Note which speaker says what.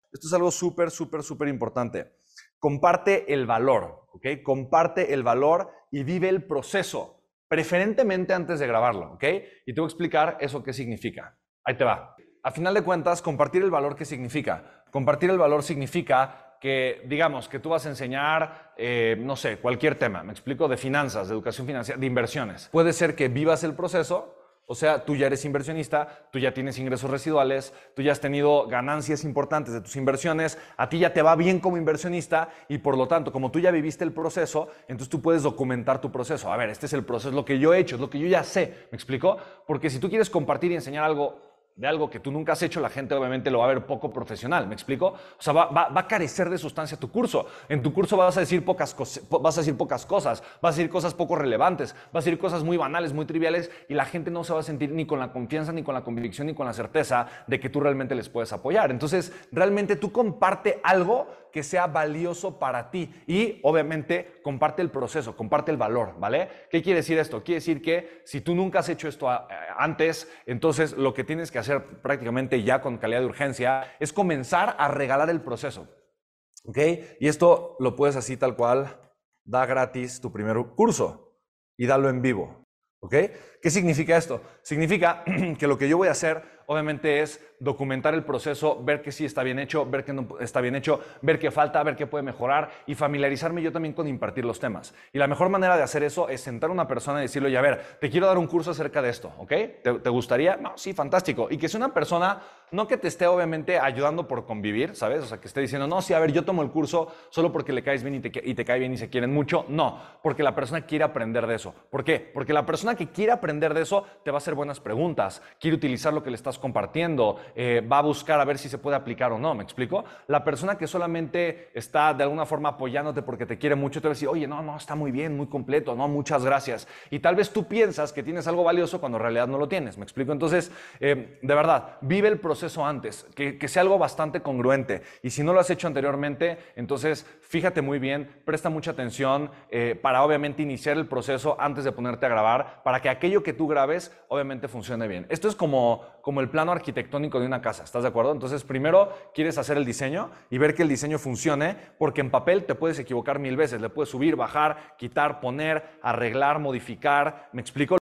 Speaker 1: Esto es algo súper importante. Comparte el valor, ¿ok? Comparte el valor y vive el proceso, preferentemente antes de grabarlo, ¿ok? Y te voy a explicar eso qué significa. Ahí te va. A final de cuentas, compartir el valor, ¿qué significa? Compartir el valor significa que, digamos, que tú vas a enseñar, no sé, cualquier tema, me explico, de finanzas, de educación financiera, de inversiones. Puede ser que vivas el proceso. O sea, tú ya eres inversionista, tú ya tienes ingresos residuales, tú ya has tenido ganancias importantes de tus inversiones, a ti ya te va bien como inversionista y por lo tanto, como tú ya viviste el proceso, entonces tú puedes documentar tu proceso. A ver, este es el proceso, es lo que yo he hecho, es lo que yo ya sé, ¿me explico? Porque si tú quieres compartir y enseñar algo de algo que tú nunca has hecho, la gente obviamente lo va a ver poco profesional, ¿me explico? O sea, va a carecer de sustancia tu curso. En tu curso vas a decir pocas cosas, vas a decir cosas poco relevantes, vas a decir cosas muy banales, muy triviales y la gente no se va a sentir ni con la confianza, ni con la convicción, ni con la certeza de que tú realmente les puedes apoyar. Entonces, realmente tú comparte algo que sea valioso para ti y obviamente comparte el proceso, comparte el valor, ¿vale? ¿Qué quiere decir esto? Quiere decir que si tú nunca has hecho esto antes, entonces lo que tienes que hacer prácticamente ya con calidad de urgencia es comenzar a regalar el proceso, ¿ok? Y esto lo puedes así tal cual, da gratis tu primer curso y dalo en vivo, ¿ok? ¿Qué significa esto? Significa que lo que yo voy a hacer obviamente es documentar el proceso, ver que sí está bien hecho, ver que no está bien hecho, ver qué falta, ver qué puede mejorar y familiarizarme yo también con impartir los temas. Y la mejor manera de hacer eso es sentar a una persona y decirle, a ver, te quiero dar un curso acerca de esto, ¿ok? ¿Te gustaría? No, sí, fantástico. Y que sea una persona, no que te esté obviamente ayudando por convivir, ¿sabes? O sea, que esté diciendo, no, sí, a ver, yo tomo el curso solo porque le caes bien y te cae bien y se quieren mucho. No, porque la persona quiere aprender de eso. ¿Por qué? Porque la persona que quiere aprender de eso te va a hacer buenas preguntas, quiere utilizar lo que le estás compartiendo, va a buscar a ver si se puede aplicar o no, ¿me explico? La persona que solamente está de alguna forma apoyándote porque te quiere mucho, te va a decir, oye, no, está muy bien, muy completo, no, muchas gracias. Y tal vez tú piensas que tienes algo valioso cuando en realidad no lo tienes, ¿me explico? Entonces, de verdad, vive el proceso antes, que sea algo bastante congruente. Y si no lo has hecho anteriormente, entonces fíjate muy bien, presta mucha atención para obviamente iniciar el proceso antes de ponerte a grabar, para que aquello que tú grabes obviamente funcione bien. Esto es como el plano arquitectónico de una casa, ¿estás de acuerdo? Entonces primero quieres hacer el diseño y ver que el diseño funcione, porque en papel te puedes equivocar 1000 veces, le puedes subir, bajar, quitar, poner, arreglar, modificar, ¿me explico?